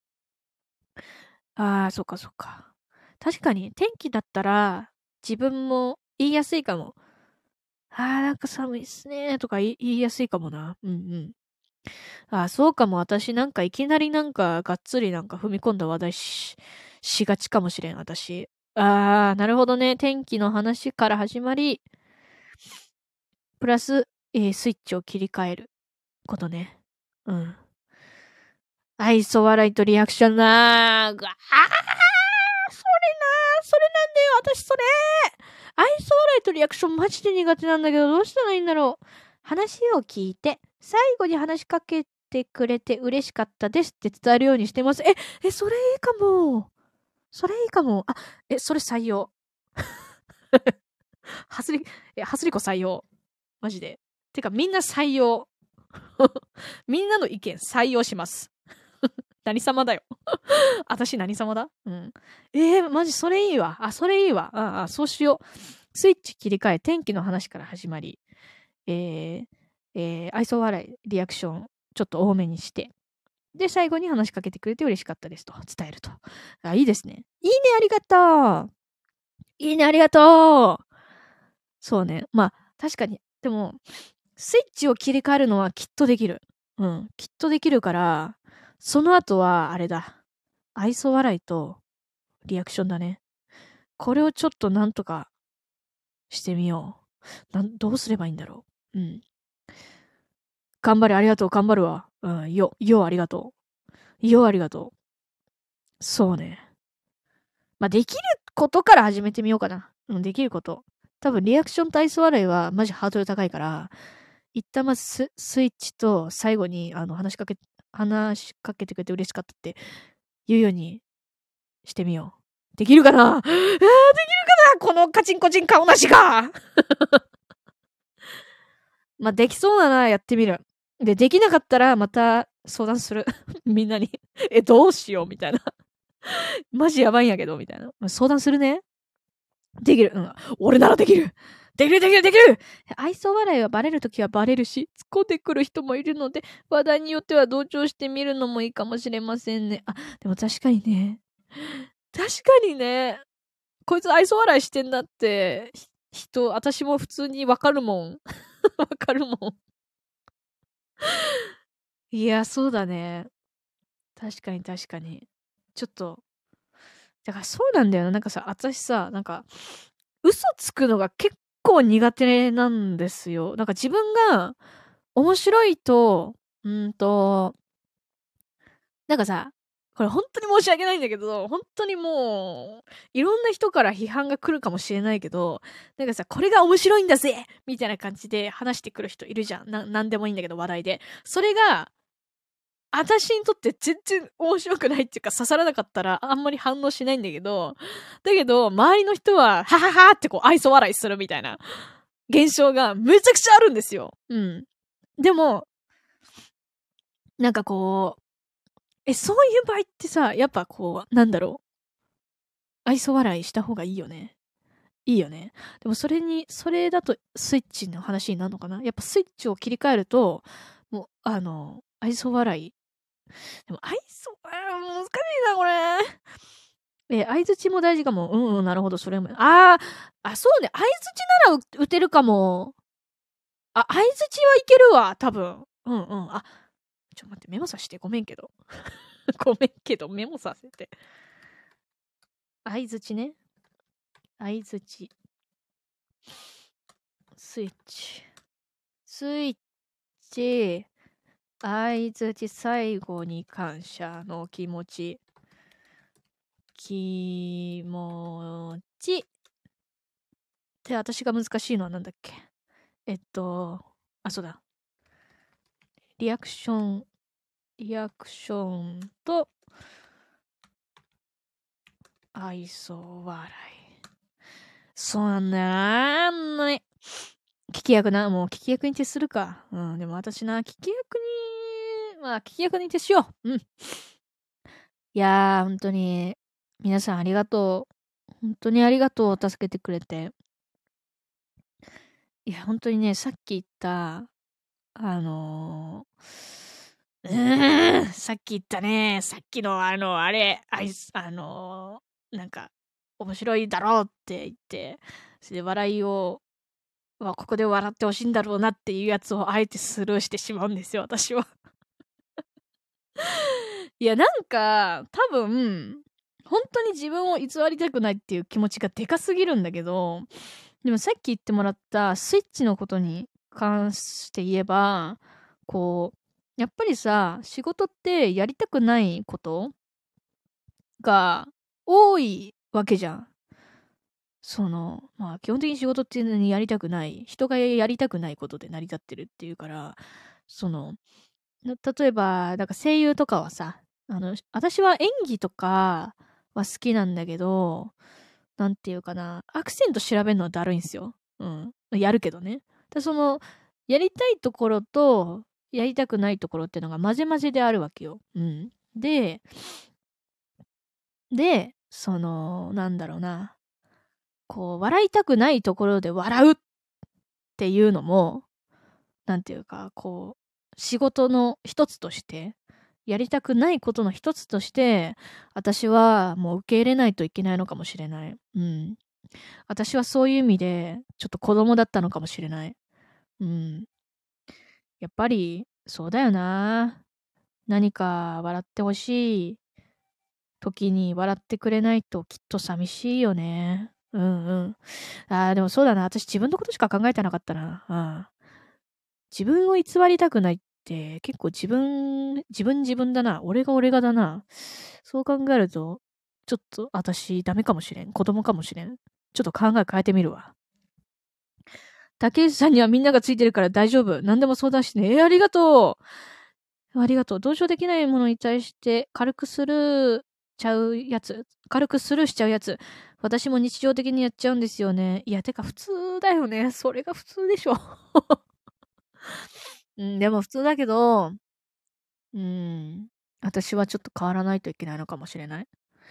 ああ、そっかそっか。確かに天気だったら自分も言いやすいかも。ああ、なんか寒いっすねとか言い言いやすいかもな。うんうん。ああ、そうかも。私なんかいきなりなんかがっつりなんか踏み込んだ話題し、しがちかもしれん、私。ああ、なるほどね。天気の話から始まり、プラス、えースイッチを切り替えることね。うん。愛想笑いとリアクションなー。ぐああ、それなー。それなんだよ。私それ。愛想笑いとリアクションマジで苦手なんだけど、どうしたらいいんだろう。話を聞いて、最後に話しかけてくれて嬉しかったですって伝えるようにしてます。え、え、それいいかも。それいいかも。あ、え、それ採用。はずり、え、はずりこ採用。マジで。てか、みんな採用。みんなの意見採用します。何様だよ。私何様だ？うん。えー、マジそれいいわ。あ、それいいわ。ああ、そうしよう。スイッチ切り替え、天気の話から始まり、えー、えー、愛想笑い、リアクション、ちょっと多めにして、で、最後に話しかけてくれて嬉しかったですと伝えると。あ、いいですね。いいね、ありがとう。いいね、ありがとう。そうね。まあ、確かに。でも、スイッチを切り替えるのはきっとできる。うん。きっとできるから、その後は、あれだ。愛想笑いとリアクションだね。これをちょっとなんとかしてみよう。なん、どうすればいいんだろう。うん。頑張れ、ありがとう、頑張るわ。うん、よ、よ、ありがとう。よ、ありがとう。そうね。まあ、できることから始めてみようかな。うん、できること。多分、リアクションと愛想笑いはマジハードル高いから、一旦まずススイッチと最後にあの話しかけ、話しかけてくれて嬉しかったって言うようにしてみよう。できるかな？あー、できるかな？このカチンコチン顔なしがまあ、できそうだな、やってみる。で、できなかったらまた相談する。みんなにえ、どうしようみたいな。マジやばいんやけど、みたいな。相談するね。できる。うん。俺ならできる。 できるできるできる愛想笑いはバレるときはバレるし、突っ込んでくる人もいるので、話題によっては同調してみるのもいいかもしれませんね。あ、でも確かにね。確かにね。こいつ愛想笑いしてんだって、人、私も普通にわかるもん。わかるもん。いや、そうだね。確かに確かに。ちょっと、だからそうなんだよな。なんかさ、私さ、なんか、嘘つくのが結構苦手なんですよ。なんか自分が面白いと、うんと、なんかさ、これ本当に申し訳ないんだけど、本当にもう、いろんな人から批判が来るかもしれないけど、なんかさ、これが面白いんだぜみたいな感じで話してくる人いるじゃん。な、なんでもいいんだけど、話題で。それが、私にとって全然面白くないっていうか刺さらなかったらあんまり反応しないんだけど、だけど、周りの人は、はははってこう愛想笑いするみたいな現象がめちゃくちゃあるんですよ。うん。でも、なんかこう、え、そういう場合ってさ、やっぱこう、なんだろう。愛想笑いした方がいいよね。いいよね。でもそれに、それだとスイッチの話になるのかな。やっぱスイッチを切り替えると、もう、あの、愛想笑い。でも愛想、あー難しいな、これ。え、相槌も大事かも。うんうん、なるほど、それも。あー、あ、そうね。相槌なら打てるかも。あ、相槌はいけるわ、多分。うんうん。あ、ちょ、待って、メモさせて。ごめんけど。ごめんけど、メモさせて。相槌ね。相槌。スイッチ。スイッチ。相槌最後に感謝の気持ち。気持ち。で、私が難しいのはなんだっけ。えっと、あ、そうだ。リアクション、リアクションと、愛想笑い。そうなんだよな。あんなに。聞き役な。もう聞き役に徹するか。うん。でも私な、聞き役に、まあ、聞き役に徹しよう。うん。いやー、本当に、皆さんありがとう。本当にありがとう。助けてくれて。いや、本当にね、さっき言った、あのー、うーん、さっき言ったね、さっきのあの、あれ、あいつ、あのー、なんか、面白いだろうって言って、それで笑いを、まあ、ここで笑ってほしいんだろうなっていうやつをあえてスルーしてしまうんですよ、私は。いや、なんか、多分、本当に自分を偽りたくないっていう気持ちがでかすぎるんだけど、でもさっき言ってもらったスイッチのことに関して言えば、こう、やっぱりさ、仕事ってやりたくないことが多いわけじゃん。その、まあ基本的に仕事っていうのにやりたくない、人がやりたくないことで成り立ってるっていうから、その、例えば、なんか声優とかはさ、あの、私は演技とかは好きなんだけど、なんていうかな、アクセント調べるのはだるいんすよ。うん。やるけどね。で、その、やりたいところと、やりたくないところっていうのが混ぜ混ぜであるわけよ。うん。で、で、その、なんだろうな。こう、笑いたくないところで笑うっていうのも、なんていうか、こう、仕事の一つとして、やりたくないことの一つとして、私はもう受け入れないといけないのかもしれない。うん。私はそういう意味で、ちょっと子供だったのかもしれない。うん。やっぱり、そうだよな。何か笑ってほしい時に笑ってくれないときっと寂しいよね。うんうん。ああ、でもそうだな。私自分のことしか考えてなかったな。うん。自分を偽りたくないって結構自分、自分自分だな。俺が俺がだな。そう考えると、ちょっと私ダメかもしれん。子供かもしれん。ちょっと考え変えてみるわ。竹内さんにはみんながついてるから大丈夫。何でも相談してね。えー、ありがとう。ありがとう。同情できないものに対して軽くスルーちゃうやつ。軽くスルーしちゃうやつ。私も日常的にやっちゃうんですよね。いや、てか普通だよね。それが普通でしょ。うん、でも普通だけど、うん、私はちょっと変わらないといけないのかもしれない。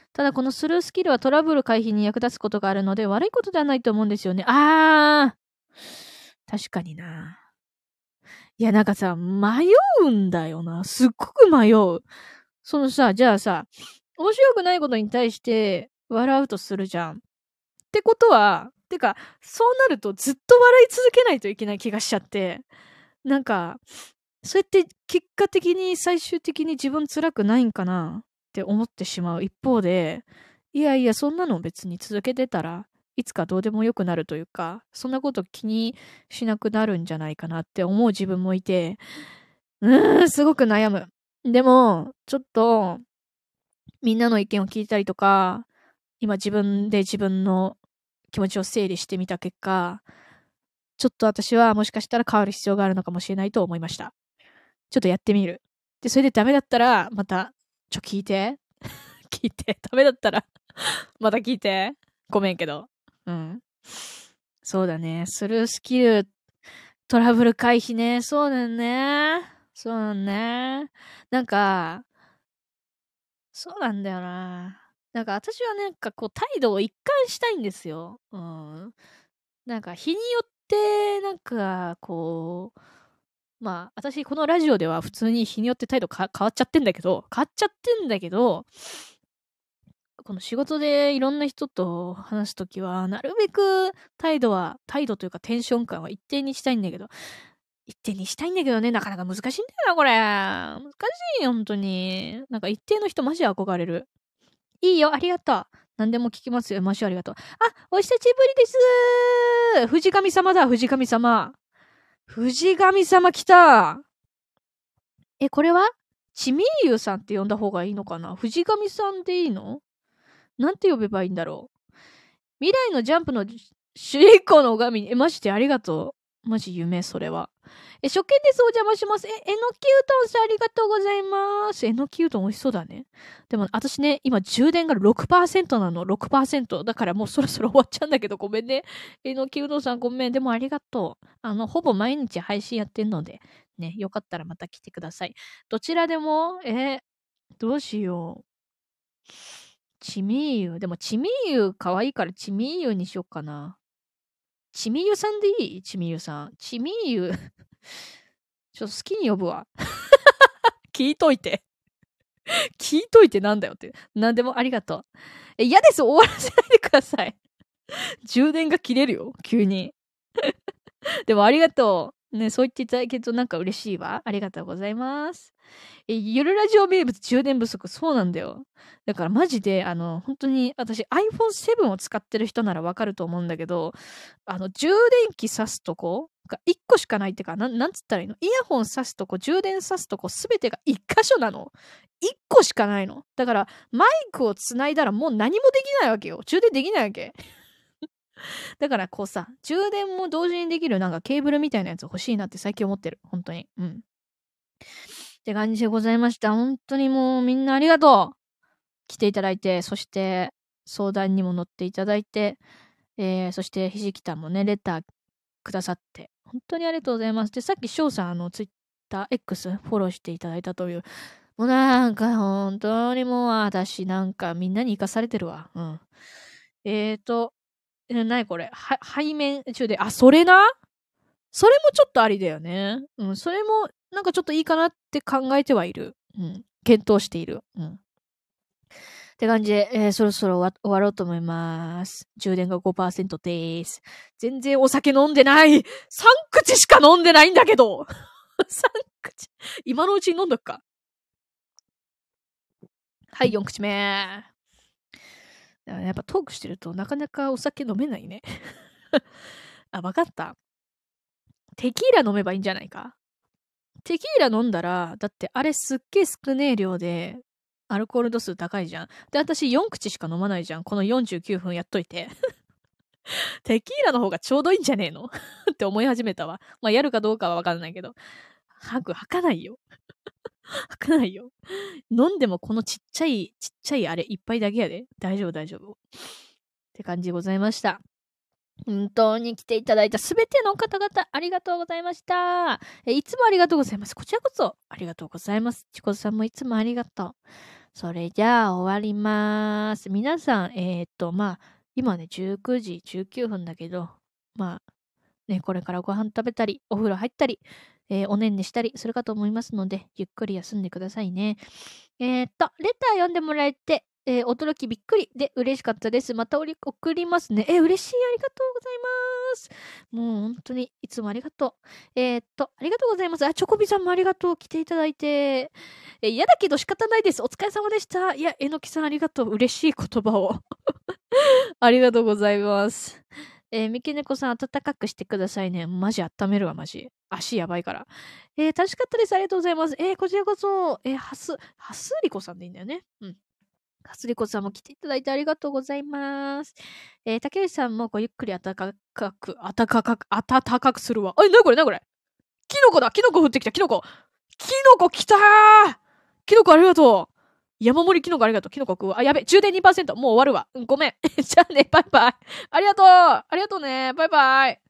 ただこのスルースキルはトラブル回避に役立つことがあるので悪いことではないと思うんですよね。あー確かにな。いやなんかさ、迷うんだよな。すっごく迷う。そのさ、じゃあさ、面白くないことに対して笑うとするじゃん。ってことは、てか、そうなるとずっと笑い続けないといけない気がしちゃって、なんか、そうやって結果的に最終的に自分辛くないんかなって思ってしまう一方で、いやいや、そんなの別に続けてたらいつかどうでもよくなるというか、そんなこと気にしなくなるんじゃないかなって思う自分もいて、うーん、すごく悩む。でも、ちょっと、みんなの意見を聞いたりとか、今自分で自分の気持ちを整理してみた結果、ちょっと私はもしかしたら変わる必要があるのかもしれないと思いました。ちょっとやってみる。で、それでダメだったら、また、ちょ、聞いて。聞いて。ダメだったらまた聞いて。ごめんけど。うん。そうだね。スルースキル、トラブル回避ね。そうだよね。そうだね。なんか、そうなんだよな。なんか私はなんかこう態度を一貫したいんですよ。うん。なんか日によって、なんかこう、まあ私このラジオでは普通に日によって態度か変わっちゃってんだけど、変わっちゃってんだけど、この仕事でいろんな人と話すときは、なるべく態度は、態度というかテンション感は一定にしたいんだけど、一定にしたいんだけどね、なかなか難しいんだよな、これ。難しいよ、本当に。なんか一定の人マジ憧れる。いいよ、ありがとう。何でも聞きますよ。マジありがとう。あ、お久しぶりです。藤神様だ、藤神様。藤神様来た。え、これはちみーゆさんって呼んだ方がいいのかな？藤神さんでいいの？なんて呼べばいいんだろう。未来のジャンプの主人公の拝みに、え、マジでありがとう。マジ夢、それは。え、初見です。お邪魔します。え、えのきうどんさんありがとうございます。えのきうどん美味しそうだね。でも、私ね、今充電が ろくパーセント なの。ろくパーセント。だからもうそろそろ終わっちゃうんだけど、ごめんね。えのきうどんさんごめん。でもありがとう。あの、ほぼ毎日配信やってんので、ね、よかったらまた来てください。どちらでも、え、どうしよう。ちみーゆ。でも、ちみーゆ可愛いからちみーゆにしよっかな。ちみゆさんでいい？ちみゆさん。ちみゆ。ちょっと好きに呼ぶわ。聞いといて。聞いといてなんだよって。なんでもありがとう。え、嫌です。終わらせないでください。充電が切れるよ。急に。でもありがとう。ね、そう言っていただけるとなんか嬉しいわ。ありがとうございます。え、ゆるラジオ名物充電不足。そうなんだよ。だからマジで、あの、本当に私 アイフォンセブン を使ってる人ならわかると思うんだけど、あの、充電器挿すとこがいっこしかないってか、なん、なんつったらいいの？イヤホン挿すとこ、充電挿すとこ、すべてがいっ箇所なの。いっこしかないの。だから、マイクをつないだらもう何もできないわけよ。充電できないわけ。だからこうさ、充電も同時にできるなんかケーブルみたいなやつ欲しいなって最近思ってる。本当に。うん。って感じでございました。本当にもうみんなありがとう。来ていただいて、そして相談にも乗っていただいて、えー、そしてひじきたんもね、レターくださって、本当にありがとうございます。で、さっき翔さん、あの、ツイッター X フォローしていただいたという、もうなんか本当にもう私なんかみんなに生かされてるわ。うん。えーと、え、なにこれは、背面中で、あ、それなそれもちょっとありだよね。うん、それもなんかちょっといいかなって考えてはいる。うん。検討している。うん。って感じで、えー、そろそろ終わ終わろうと思います。充電が ごパーセント でーす。全然お酒飲んでない !さん 口しか飲んでないんだけど !さん 口。今のうちに飲んどくか。はい、よん口目。やっぱトークしてるとなかなかお酒飲めないね。あ、わかった。テキーラ飲めばいいんじゃないか。テキーラ飲んだら、だってあれすっげえ少ねえ量で、アルコール度数高いじゃん。で、私よん口しか飲まないじゃん。このよんじゅうきゅうふんやっといて。テキーラの方がちょうどいいんじゃねえのって思い始めたわ。まあ、やるかどうかはわかんないけど。吐く、吐かないよ。吐かないよ。飲んでもこのちっちゃい、ちっちゃいあれ一杯だけやで。大丈夫、大丈夫。って感じでございました。本当に来ていただいたすべての方々、ありがとうございました。え、いつもありがとうございます。こちらこそ、ありがとうございます。チコさんもいつもありがとう。 それじゃあ終わりまーす。皆さん、えー、っと、まあ、今ね、じゅうくじじゅうきゅうふんだけど、まあ、ね、これからご飯食べたり、お風呂入ったり、えーおねんねしたりするかと思いますので、ゆっくり休んでくださいね。えーっと、レター読んでもらえて、えー驚きびっくりで嬉しかったです。またおり送りますね。えー嬉しい。ありがとうございます。もう本当にいつもありがとう。えーっと、ありがとうございます。あ、チョコビさんもありがとう。来ていただいて。えー嫌だけど仕方ないです。お疲れ様でした。いや、えのきさんありがとう。嬉しい言葉を。ありがとうございます。えー、みきねこさん、暖かくしてくださいね。マジ温めるわ、マジ。足やばいから。えー、楽しかったです。ありがとうございます。えー、こちらこそ、えー、はす、はすりこさんでいいんだよね。うん。はすりこさんも来ていただいてありがとうございます。えー、竹内さんもごゆっくり暖かく、暖かく、暖かくするわ。え、なにこれなにこれキノコだキノコ降ってきたキノコキノコ来たーキノコありがとう山盛りキノコありがとう。キノコ食うわ。あ、やべ、充電 にパーセント。もう終わるわ。うん、ごめん。じゃあね、バイバイ。ありがとうありがとうね。バイバイ。